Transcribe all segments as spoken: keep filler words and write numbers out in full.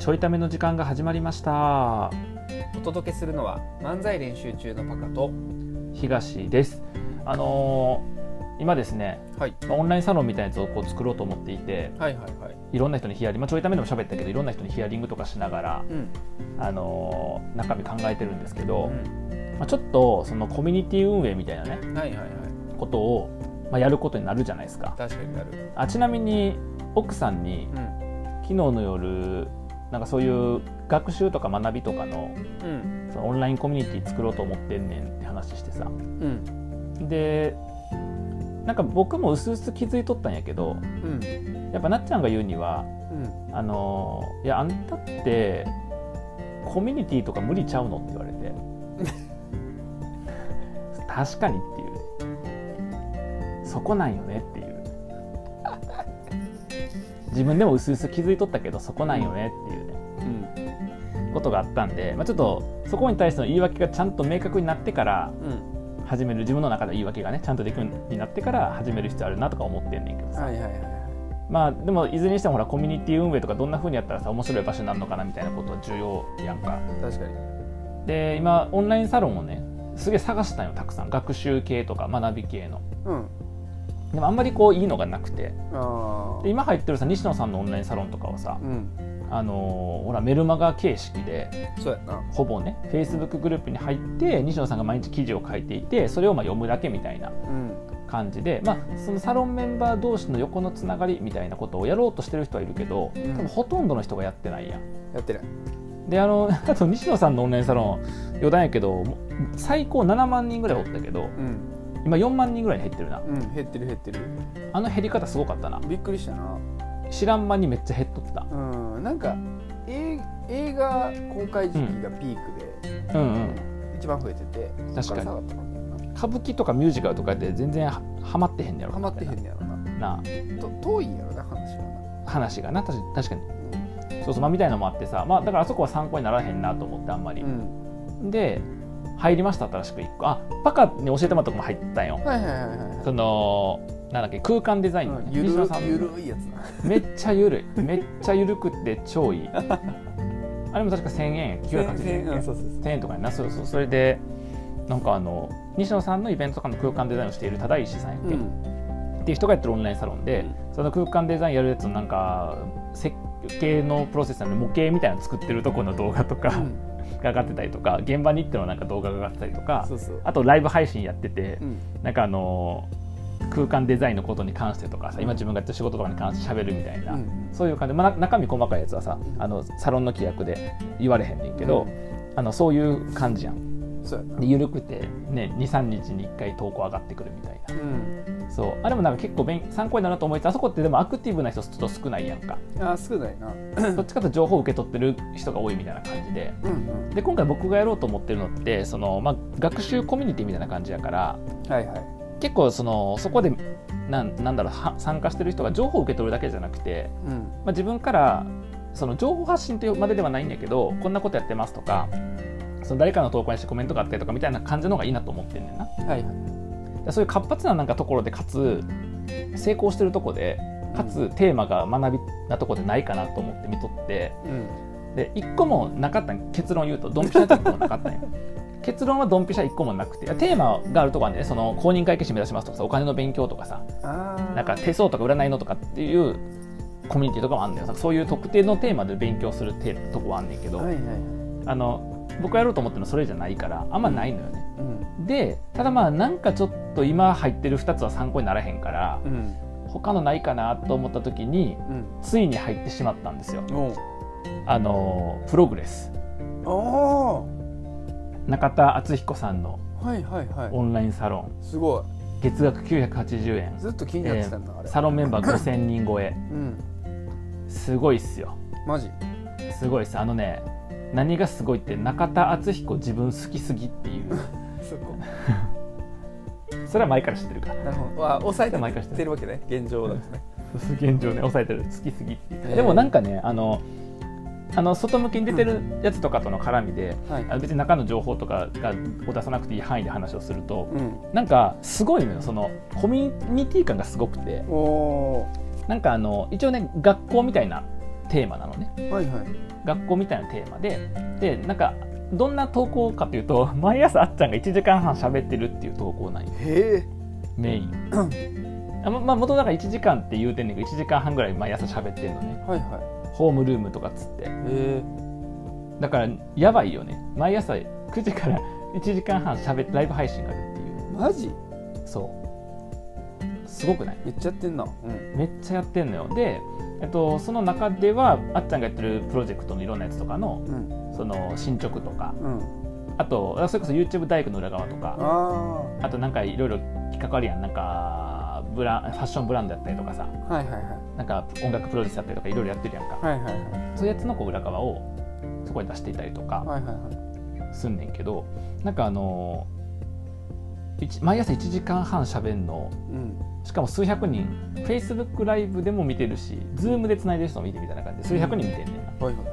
ちょいための時間が始まりました。 お届けするのは漫才練習中のパカと東です。あのー、今ですね、はい、オンラインサロンみたいなやつをこう作ろうと思っていて、はいはいはい、いろんな人にヒアリング、まあ、ちょいためでも喋ったけどいろんな人にヒアリングとかしながら、うんあのー、中身考えてるんですけど、うんまあ、ちょっとそのコミュニティ運営みたいなね、はいはいはい、ことを、まあ、やることになるじゃないですか。 確かになる。 あちなみに奥さんに、うん、昨日の夜なんかそういう学習とか学びとか の,、うん、そのオンラインコミュニティ作ろうと思ってんねんって話してさ、うん、でなんか僕もうすうす気づいとったんやけど、うん、やっぱなっちゃんが言うには、うん、あのいやあんたってコミュニティとか無理ちゃうのって言われて確かにっていうそこなんよねっていう自分でもうすうす気づいとったけどそこなんよねっていうね、うん、ことがあったんで、まあ、ちょっとそこに対しての言い訳がちゃんと明確になってから始める、自分の中で言い訳がねちゃんとできるようになってから始める必要あるなとか思ってんねんけどさ、はいはいはい、まあでもいずれにしてもほらコミュニティ運営とかどんな風にやったらさ面白い場所になるのかなみたいなことは重要やんか。 確かに。 で今オンラインサロンをねすげえ探したんよ、たくさん。学習系とか学び系の、うんでもあんまりこういいのがなくて、あで今入ってるさ西野さんのオンラインサロンとかはさ、うん、あのー、ほらメルマガ形式でそうやなほぼね Facebook グループに入って西野さんが毎日記事を書いていてそれをまあ読むだけみたいな感じで、うんまあ、そのサロンメンバー同士の横のつながりみたいなことをやろうとしてる人はいるけど、うん、多分ほとんどの人がやってないやん。 やってない。 であのあと西野さんのオンラインサロン余談やけど最高ななまんにんぐらいおったけど、うん今よんまんにんぐらいに減ってるな。 うん、減ってる減ってる。 あの減り方すごかったな。 びっくりしたな。 知らん間にめっちゃ減っとった。 うん、なんか映画公開時期がピークで、うんうんうん、一番増えてて、 確かに。歌舞伎とかミュージカルとかで全然はまってへんねやろ。 はまってへんねやろな。なあ。と遠いんやろな話がな。 話がな確かに。うん、そうそうまあみたいなのもあってさ、まあだからあそこは参考にならへんなと思ってあんまり。うん、で。入りました新しくいっこあパカに教えてもらったとこも入ったんよ。はいはいはいはい。そのなんだっけ空間デザインの、ね、 うん、ゆるゆるいやつな。 めっちゃゆるいめっちゃゆるくて超いい。あれも確かせんえんきゅうひゃくはちじゅうえんせんえんとかになそうそうそれでなんかあの西野さんのイベントとかの空間デザインをしている忠石さんやっけ、うん、っていう人がやってるオンラインサロンで、うん、その空間デザインやるやつのなんか設計のプロセスの模型みたいなの作ってるところの動画とか、うんが上がってたりとか現場に行ってのなんか動画が上がってたりとかそうそうあとライブ配信やってて、うん、なんかあの空間デザインのことに関してとかさ、うん、今自分がやってる仕事とかに関して喋るみたいな、うん、そういう感じで、まあ、中身細かいやつはさあのサロンの規約で言われへんねんけど、うん、あのそういう感じやん。そうやなで緩くて、ね、にさんにちにいっかい投稿上がってくるみたいな、うん、そうあれもなんか結構参考になるなと思いつつあそこってでもアクティブな人ちょっと少ないやんか。 あ少ないなどっちかというと情報を受け取ってる人が多いみたいな感じで、うんうん、で今回僕がやろうと思ってるのってその、まあ、学習コミュニティみたいな感じやから、はいはい、結構そのそこでな ん, なんだろう参加してる人が情報を受け取るだけじゃなくて、うんまあ、自分からその情報発信というまでではないんだけどこんなことやってますとかその誰かの投稿にしてコメントがあったりとかみたいな感じの方がいいなと思ってんねんな、はいはい、そういう活発ななんかところでかつ成功してるところでかつテーマが学びなところでないかなと思って見とって、うん、でいっこもなかったん結論言うとドンピシャの時もなかったんよ結論はドンピシャいっこもなくてテーマがあるところはねその公認会計士目指しますとかさお金の勉強とかさなんか手相とか占いのとかっていうコミュニティとかもあるんだよ。そういう特定のテーマで勉強するとこはあんねんけど、はいはい、あの僕がやろうと思ってるのはそれじゃないからあんまないのよね、うん、でただまあなんかちょっと今入ってるふたつは参考にならへんから、うん、他のないかなと思った時に、うん、ついに入ってしまったんですよ。あのプログレス中田敦彦さんのオンラインサロン、はいはいはい、すごい月額きゅうひゃくはちじゅうえんずっと気になってたんだ、えー、あれサロンメンバーごせんにん超え、うん、すごいっすよマジすごいっす。あのね何がすごいって中田敦彦自分好きすぎっていうそこそれは前から知ってるからなるほど抑えて前から知ってるわけね現状だとね現状ね抑えてる好きすぎっていう、えー、でもなんかねあのあの外向きに出てるやつとかとの絡みで、うん、別に中の情報とかがを出さなくていい範囲で話をすると、うん、なんかすごいのよそのコミュニティ感がすごくておなんかあの一応ね学校みたいなテーマなのね、はいはい、 学校みたいなテーマで、でなんかどんな投稿かというと、毎朝あっちゃんがいちじかんはん喋ってるっていう投稿なんよ。 へメインあ、まあ、元だからいちじかんって言うてんねんけどいちじかんはんぐらい毎朝喋ってんのね、はいはい、ホームルームとかっつって。へだからやばいよね。毎朝くじからいちじかんはん喋ってライブ配信があるっていう。 マジ？ そうすごくない？ めっちゃやってんな、うん、めっちゃやってんのよ。で、えっと、その中ではあっちゃんがやってるプロジェクトのいろんなやつとかの、うん、その進捗とか、うん、あとそれこそ YouTube 大学の裏側とか、 あ, あとなんかいろいろ企画あるやん。なんかブラファッションブランドやったりとかさ、はいはいはい、なんか音楽プロデュースやったりとかいろいろやってるやんか、はいはいはい、そういうやつのこう裏側をそこに出していたりとかすんねんけど、なんかあの毎朝いちじかんはん喋るの、うん、しかも数百人 Facebook ライブでも見てるし Zoom でつないでる人も見てみたいな感じで数百人見てんねんな、うんはいはい、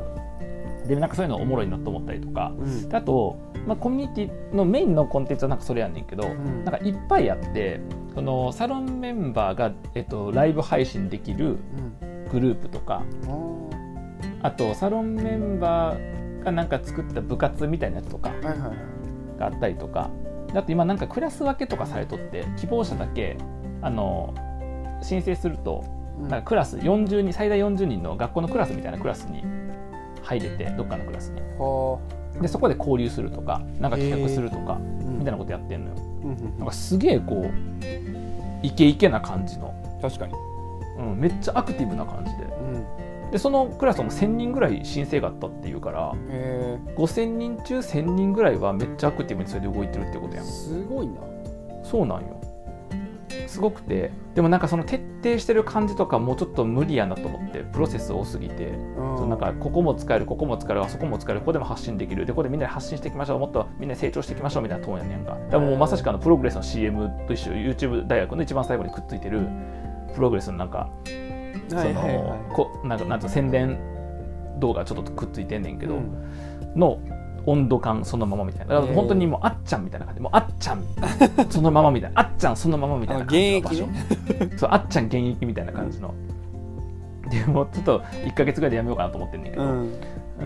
でなんかそういうのおもろいなと思ったりとか、うん、あと、まあ、コミュニティのメインのコンテンツはなんかそれやねんけど、うん、なんかいっぱいあってそのサロンメンバーが、えっと、ライブ配信できるグループとか、うん、あとサロンメンバーがなんか作った部活みたいなやつとかがあったりとか、だって今なんかクラス分けとかされとって希望者だけあの申請するとなんかクラスよんじゅうにん最大よんじゅうにんの学校のクラスみたいなクラスに入れて、どっかのクラスにでそこで交流するとかなんか企画するとかみたいなことやってんのよ、うん、なんかすげえこうイケイケな感じの、 確かに、 うん、めっちゃアクティブな感じで、うん、でそのクラスもせんにんぐらい申請があったっていうからごせんにん中せんにんぐらいはめっちゃアクティブにそれで動いてるってことやん。 すごいな。 そうなんよ、すごくて、でもなんかその徹底してる感じとかもうちょっと無理やなと思って、プロセス多すぎて、うん、そのなんかここも使えるここも使えるあそこも使えるここでも発信できるでここでみんなで発信していきましょうもっとみんなで成長していきましょうみたいなトーンやねんか。だからもうまさしくあのプログレスの シーエム と一緒 YouTube 大学の一番最後にくっついてるプログレスのなんかそのこなんかなんていうの宣伝動画ちょっとくっついてんねんけど、うん、の温度感そのままみたいな。だから本当にもうあっちゃんみたいな感じ、もうあっちゃんそのままみたいな、あっちゃんそのままみたいな感じの場所、現役ねそうあっちゃん現役みたいな感じの、うん、でもちょっといっかげつぐらいでやめようかなと思ってんねんけど、うん、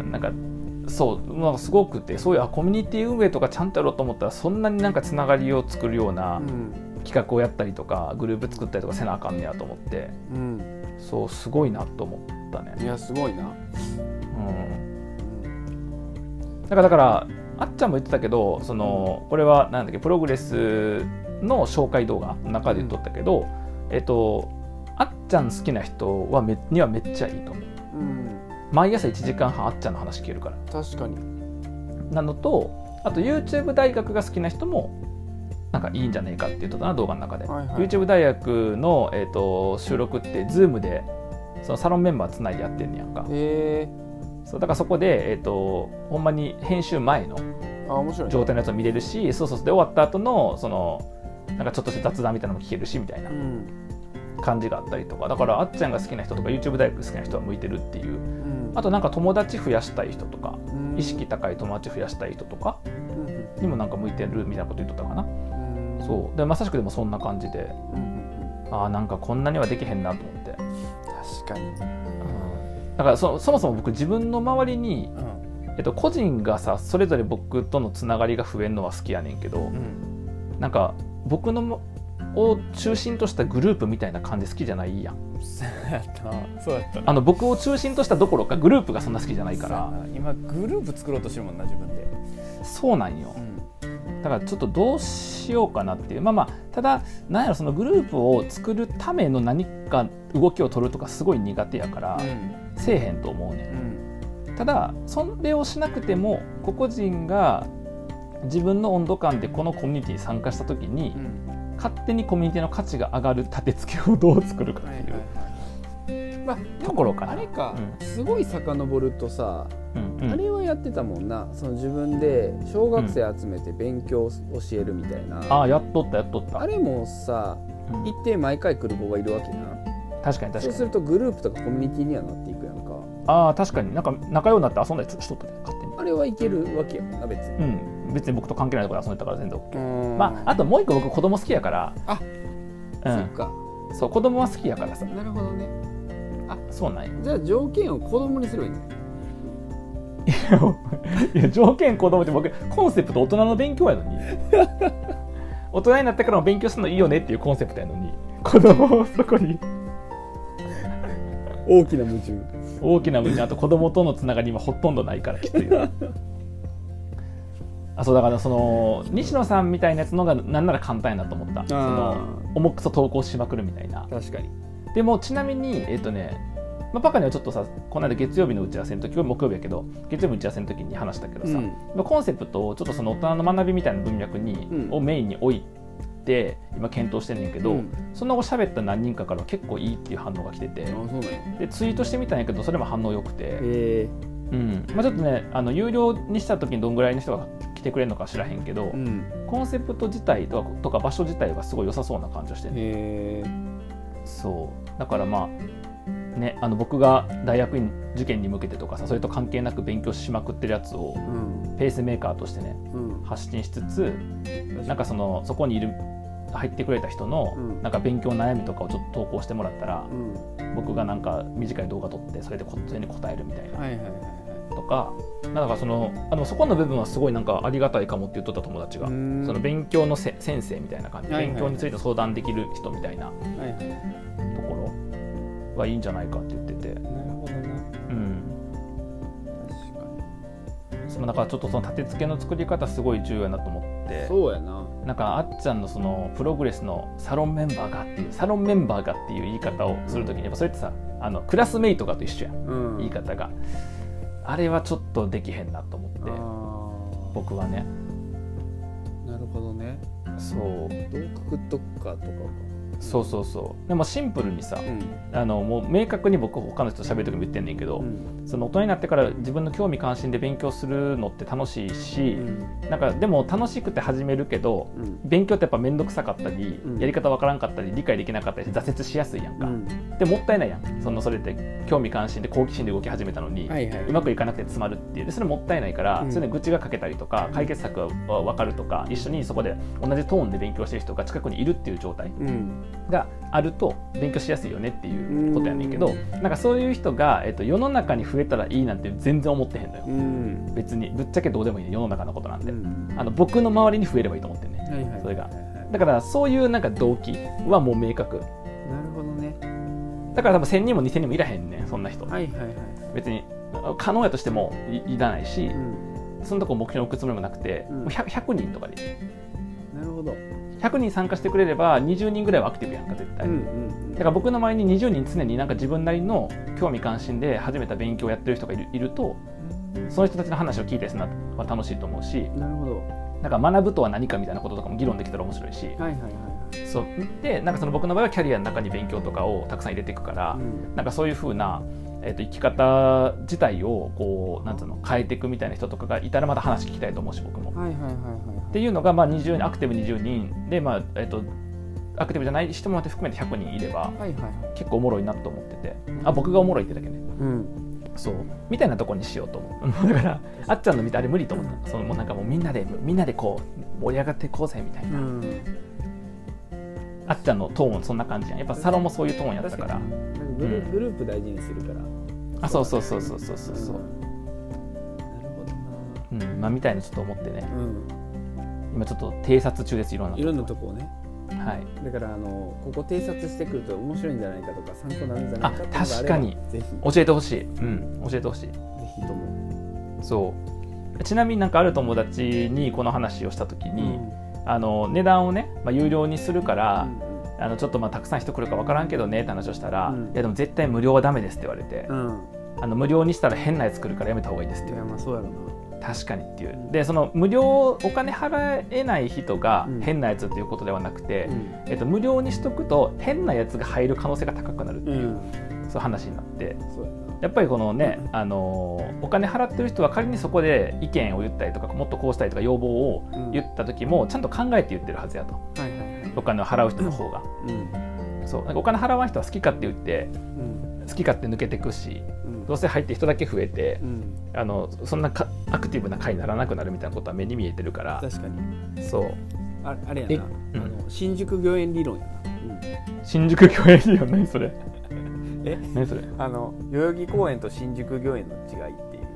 なんかそう、まあ、すごくてそういうあコミュニティ運営とかちゃんとやろうと思ったらそんなになんかつながりを作るような企画をやったりとかグループ作ったりとかせなあかんねやと思って、うん、そうすごいなと思ったね。 いやすごいな、 うんだからだからあっちゃんも言ってたけど、そのこれはなんだっけプログレスの紹介動画の中で言っとったけど、うん、えっとあっちゃん好きな人はめにはめっちゃいいと思う、うん、毎朝いちじかんはんあっちゃんの話聞けるから。 確かに。 なのとあと YouTube 大学が好きな人もなんかいいんじゃねえかって言っとったな動画の中で、はいはい、YouTube 大学の、えっと、収録って Zoom でそのサロンメンバーつないでやってんねやんか。へーそうだからそこで、えーと、ほんまに編集前の状態のやつを見れるし、そうそうで終わった後のそのなんかちょっとした雑談みたいなのも聞けるしみたいな感じがあったりとか、だからあっちゃんが好きな人とか YouTube 大学好きな人は向いてるっていう、うん、あとなんか友達増やしたい人とか、うん、意識高い友達増やしたい人とかにもなんか向いてるみたいなこと言っとったかな、うん、そうでまさしくでもそんな感じで、うん、ああなんかこんなにはできへんなと思って。 確かに。 だから そ, そもそも僕自分の周りに、うんえっと、個人がさそれぞれ僕とのつながりが増えるのは好きやねんけど、うん、なんか僕のを中心としたグループみたいな感じ好きじゃないやん。 そうやったそうやったあの僕を中心としたどころかグループがそんな好きじゃないから。 今グループ作ろうとしてるもんな自分で。 そうなんよ、うん、だからちょっとどうしようかなっていう。まあまあただなんやろそのグループを作るための何か動きを取るとかすごい苦手やから、うんせえへんと思うね、うん、ただそれをしなくても個々人が自分の温度感でこのコミュニティに参加した時に、うん、勝手にコミュニティの価値が上がる立て付けをどう作るかっていう、はいはいはいまあ、ところかな。 あれか、うん、すごい遡るとさ、うんうん、あれはやってたもんな。その自分で小学生集めて勉強を教えるみたいな、うん、 あやっとったやっとった。 あれもさ、うん、一定毎回来る子がいるわけな。 確かに確かに。 そうするとグループとかコミュニティにはなっていくやんか。 ああ確かになんか仲良くなって遊んだりしとったね勝手に。 あれはいけるわけやもんな別に。 うん別に僕と関係ないところで遊んでたから全然 OK。まああともう一個僕子供好きやから。 あ、うん、そっか。 そう子供は好きやからさ。 なるほどね。 あそうなんや。 じゃあ条件を子供にすればいいんだよ。 いや条件子供って僕コンセプト大人の勉強やのに大人になってからも勉強するのいいよねっていうコンセプトやのに子供をそこに大きな矛盾大きな矛盾あと子供とのつながり今ほとんどないからきついなあそうだからその西野さんみたいなやつのがなんなら簡単やなと思ったその重くそ投稿しまくるみたいな確かにでもちなみにえっとねまあ、パカにはちょっとさこの間月曜日の打ち合わせの時木曜日やけど月曜日の打ち合わせの時に話したけどさ、うん、コンセプトをちょっとその大人の学びみたいな文脈に、うん、をメインに置いて今検討してんねんけど、うん、その後喋った何人かから結構いいっていう反応が来てて、でツイートしてみたんやけどそれも反応良くて、うんまあ、ちょっとねあの有料にした時にどんぐらいの人が来てくれるのか知らへんけど、うん、コンセプト自体とか、とか場所自体はすごい良さそうな感じがしてね。そうだからまあね、あの僕が大学院受験に向けてとかさそれと関係なく勉強しまくってるやつを、うん、ペースメーカーとしてね、うん、発信しつつなんかそのそこにいる入ってくれた人の、うん、なんか勉強悩みとかをちょっと投稿してもらったら、うん、僕がなんか短い動画撮ってそれでそれに答えるみたいな、はいはいはいはい、とかなんかそのあのそこの部分はすごいなんかありがたいかもって言っとった友達がその勉強のせ先生みたいな感じ、はいはいはい、勉強について相談できる人みたいな、はいはい、ところはいいんじゃないかって言ってて。 なるほどね。うん。 確かに。そのだからちょっとその立て付けの作り方すごい重要やなと思って。 そうやな。 なんかあっちゃんのそのプログレスのサロンメンバーがっていうサロンメンバーがっていう言い方をするときにやっぱそれってさあのクラスメイトがと一緒やん、うん、言い方が。あれはちょっとできへんなと思って僕はね。 なるほどね。 そう。 どうくくっとくかとかか。 そうそうそうでもシンプルにさ、うん、あのもう明確に僕他の人と喋る時も言ってんねんけど、うん、その大人になってから自分の興味関心で勉強するのって楽しいし、うん、なんかでも楽しくて始めるけど、うん、勉強ってやっぱ面倒くさかったり、うん、やり方わからんかったり理解できなかったり挫折しやすいやんか、うん、でもったいないやんそのそれって興味関心で好奇心で動き始めたのに、はいはい、うまくいかなくて詰まるっていうでそれもったいないから、うん、それで愚痴が書けたりとか解決策は分かるとか一緒にそこで同じトーンで勉強してる人が近くにいるっていう状態があると勉強しやすいよねっていうことやねんけどなんかそういう人が、えっと、世の中に増えたらいいなんて全然思ってへんのよ。別にぶっちゃけどうでもいいね世の中のことなんであの僕の周りに増えればいいと思ってんね、はいはい、それがだからそういうなんか動機はもう明確。 なるほどね。 だから多分せんにんもにせんにんもいらへんねんそんな人、 はいはいはい、 別に可能やとしても い, いらないし、うん、そのとこ目標に置くつもりもなくて、うん、ひゃく, ひゃくにんとかでなるほどひゃくにん参加してくれればにじゅうにんぐらいはアクティブやんか絶対、うんうんうん、だから僕の周りににじゅうにん常になんか自分なりの興味関心で始めた勉強をやってる人がい る, いるとその人たちの話を聞いたりするのは楽しいと思うしなるほどなんか学ぶとは何かみたいなこととかも議論できたら面白いし、はいはいはい、そうでなんかその僕の場合はキャリアの中に勉強とかをたくさん入れていくから、うん、なんかそういう風なえー、と生き方自体をこうなんつうの変えていくみたいな人とかがいたらまた話聞きたいと思うし僕も。はいはいはいはい、っていうのが、まあ、にじゅうアクティブにじゅうにんで、まあえー、とアクティブじゃない人も含めてひゃくにんいれば、はいはい、結構おもろいなと思ってて、あ僕がおもろいってだけね、うん、そうみたいなところにしようと思うだからあっちゃんの見てあれ無理と思ったそのもうなんかもうみんなでみんなでこう盛り上がっていこうぜみたいな、うん、あっちゃんのトーンそんな感じやんやっぱサロンもそういうトーンやったからグル、うん、グループ大事にするからあそうそうそうそうそうそうそう、うん、なるほどな、うんまあ、みたいなちょっと思ってね、うん、今ちょっと偵察中ですいろんなとこいろんなとこをねはい、 だからあのここ偵察してくると面白いんじゃないかとか参考になるんじゃないかとか確かにぜひ教えてほしい、うん、教えてほしいぜひともそうちなみになんかある友達にこの話をした時に、うん、あの値段をね、まあ、有料にするから、うん、あのちょっとまあたくさん人来るか分からんけどねって話をしたら、うん、いやでも絶対無料はダメですって言われて、うん、あの無料にしたら変なやつ来るからやめた方がいいですって言われて。いやまあそうやろな確かにっていう、でその無料お金払えない人が変なやつっていうことではなくて、うんえっと、無料にしとくと変なやつが入る可能性が高くなるっていう、うん、そういう話になってやっぱりこのね、うん、あのお金払ってる人は仮にそこで意見を言ったりとかもっとこうしたいとか要望を言った時もちゃんと考えて言ってるはずやと、はいはいはい、お金を払う人の方が、うん、そうなんかお金払わん人は好き勝手言って、うん、好き勝手抜けていくし、うん、どうせ入って人だけ増えて、うん、あのそんなかアクティブな会にならなくなるみたいなことは目に見えてるから確かにそうああれやな、うん、あの新宿御苑理論やな、うん、 新宿御苑理論何それえ何それあの代々木公園と新宿御苑の違いっていう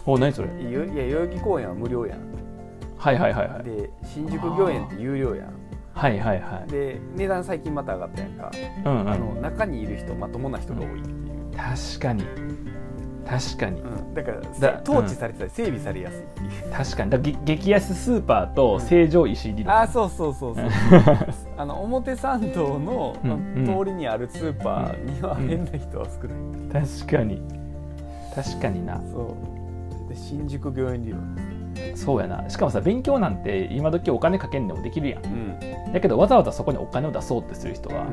お、何それ。 いや代々木公園は無料やん。 はいはいはいはい。 で新宿御苑って有料やん。 はいはいはい。 で値段最近また上がったやんか、うんうん、あの中にいる人まともな人が多いっていう、 うん、確かに確かに、 うん、だから統治されてたり整備されやすいっていう、 確かにだから激安スーパーと成城石井理論、 うん、あそうそうそうそうあの表参道の、うん、通りにあるスーパーには変な人は少ない、 うん、確かに確かにな。 そうで新宿御苑理論です。 そうやな。しかもさ、勉強なんて今時お金かけんでもできるやん、うん、だけどわざわざそこにお金を出そうってする人は、うん、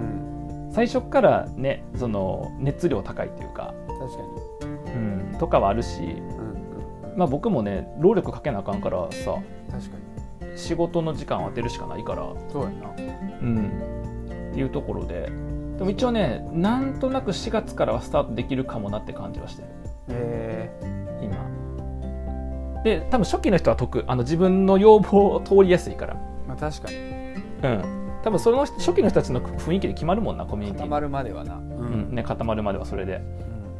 最初からねその熱量高いっていうか、 確かに、 うん、とかはあるし、うんうん、まあ僕もね労力かけなあかんからさ、 確かに仕事の時間を当てるしかないから、 そうやな、 うん、っていうところで、でも一応ねなんとなくしがつからはスタートできるかもなって感じはしてる。 へー今で多分初期の人は得、あの自分の要望を通りやすいから、 まあ、確かに、 うん、多分その初期の人たちの雰囲気で決まるもんな、コミュニティ固まるまではな、うんうんね、固まるまではそれで、うんうん、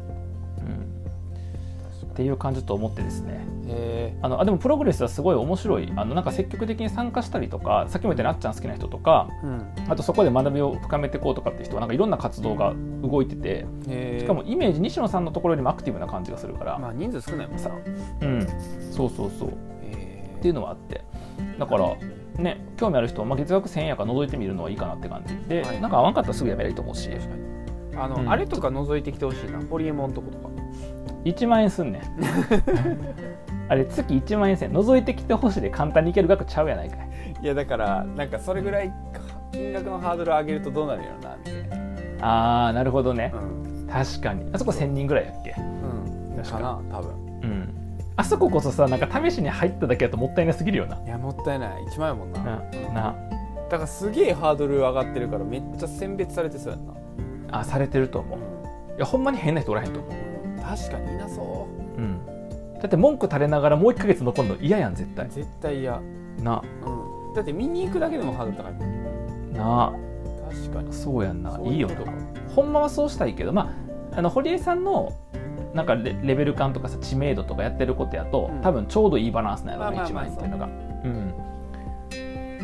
っていう感じと思ってですね。 へあのあでもプログレスはすごい面白い。あのなんか積極的に参加したりとか、さっきも言ったようにあっちゃん好きな人とか、うん、あとそこで学びを深めていこうとかって人はなんかいろんな活動が動いてて、しかもイメージ西野さんのところよりもアクティブな感じがするから、 まあ人数少ないもんさ、 うん、そうそうそうっていうのはあって、だからね興味ある人は、まあ、月額せんえんやから覗いてみるのはいいかなって感じで、はい、なんか合わんかったらすぐやめりゃいいと思うし、 確かにあの、うん、あれとか覗いてきてほしいな、ホリエモンとことかいちまんえんすんねんあれ月いちまんえんせん、覗いてきてほしいで簡単にいける額ちゃうやないかい。 いやだからなんかそれぐらい金額のハードル上げるとどうなるんやろなみたいな。 あーなるほどね、うん、確かにあそこせんにんぐらいやっけ、 うん、確かな多分、 うん、あそここそさなんか試しに入っただけだともったいなすぎるよな。 いやもったいない、いちまんえんもんな、ななだからすげえハードル上がってるからめっちゃ選別されてそうやんな。 あされてると思う、うん、いやほんまに変な人おらへんと思う。 確かにいなそう、 うん、だって文句垂れながらもういっかげつ残るの嫌やん絶対。 絶対嫌な、 うん、だって見に行くだけでもハードル高いもんな。 確かにそうやんな。いいよとかほんまはそうしたいけど、まああの堀江さんのなんか レ, レベル感とかさ知名度とかやってることやと、うん、多分ちょうどいいバランスなんやろね、まあまあまあ、いちまんえんっていうのが、うん、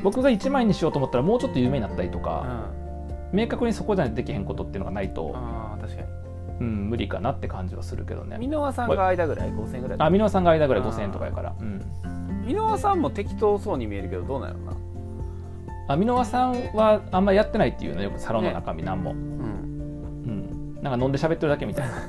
僕がいちまんえんにしようと思ったらもうちょっと有名になったりとか、うん、明確にそこじゃないとできへんことっていうのがないと、 あ確かに、 うん、無理かなって感じはするけどね。 箕輪さんが間ぐらいごせんえんぐらい。 あ箕輪さんが間ぐらいごせんえんとかやから、 箕輪、うん、さんも適当そうに見えるけどどうなのな。 あ箕輪さんはあんまりやってないっていうのよくサロンの中身なんも、ね、うん、うん、なんか飲んで喋ってるだけみたいな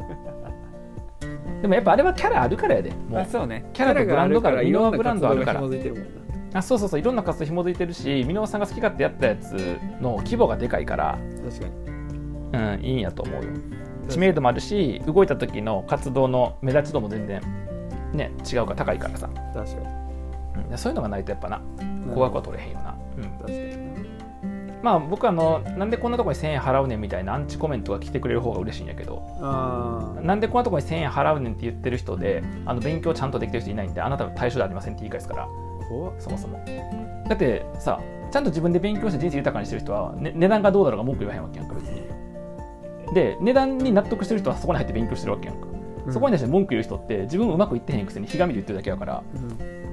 でもやっぱあれはキャラあるからやで。もうあそうね、 キャラとブランドが箕輪ブランドあるから。あそうそうそう、いろんな活動紐づいてるし、箕輪さんが好き勝手やったやつの規模がでかいから、 確かに、 うん、いいんやと思うよ。知名度もあるし、動いた時の活動の目立ち度も全然ね違うから高いからさ。 確かに、 うん、そういうのがないとやっぱな高額は取れへんよな。うん、 確かに。 まあ僕はあのなんでこんなとこにせんえん払うねんみたいなアンチコメントが来てくれる方が嬉しいんやけど、 あなんでこんなとこにせんえん払うねんって言ってる人で、あの勉強ちゃんとできてる人いないんで、あなたは対象ではありませんって言い返すから。そもそもだってさ、ちゃんと自分で勉強して人生豊かにしてる人は、ね、値段がどうだろうが文句言わへんわけやんか別に。で値段に納得してる人はそこに入って勉強してるわけやんか、うん、そこに対して文句言う人って自分うまくいってへんくせにひがみで言ってるだけやから、うん、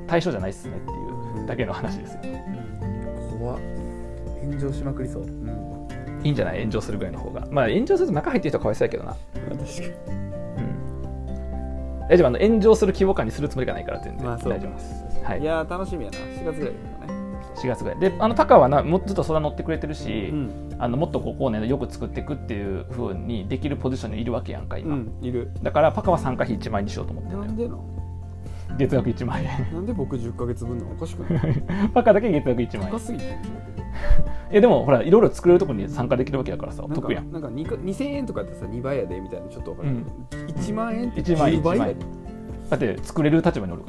対象じゃないっすねっていうだけの話ですよ、 うん、怖っ、炎上しまくりそう、うん、 いいんじゃない、炎上するぐらいの方が。まあ炎上すると中入ってる人はかわいそうやけどな。 確かに、 大丈夫、あの炎上する規模感にするつもりがないから全然、まあ、大丈夫です、はい、 いや楽しみやな。しがつぐらいですかね。 しがつぐらいで、あのタカはなもっとずっと相談乗ってくれてるし、うん、あのもっとここをねよく作っていくっていう風にできるポジションにいるわけやんか今、うん、 いる。 だからパカは参加費いちまんえんにしようと思ってるのよ。 なんでの月額いちまんえんなんで僕じゅっかげつぶんのおかしくないパカだけ月額いちまんえん。 高すぎていやでもほらいろいろ作れるところに参加できるわけだからさ、得やん。 なんかにせんえんとかってさにばいやでみたいなちょっと分かる、うん、いちまんえんってじゅうばいやで。だって作れる立場におる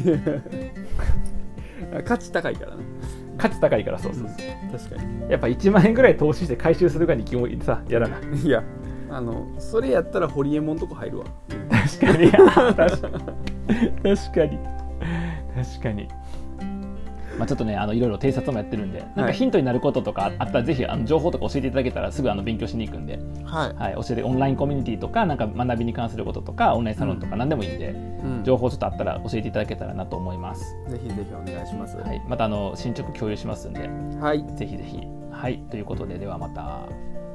価値高いからね。 価値高いから、そうそうそう、 うん、確かに。 やっぱいちまんえんぐらい投資して回収するぐらいに気もさやらない。 いやあのそれやったらホリエモンとこ入るわ。 確かに確かに確かに確かにまあ、ちょっとねあのいろいろ偵察もやってるんで、なんかヒントになることとかあったらぜひあの情報とか教えていただけたらすぐあの勉強しに行くんで、はいはい、教えてオンラインコミュニティとかなんか学びに関することとかオンラインサロンとか何でもいいんで、うん、情報ちょっとあったら教えていただけたらなと思います。 ぜひぜひお願いします。 はい、またあの進捗共有しますんで、 はい、 ぜひぜひ。はい、ということでではまた。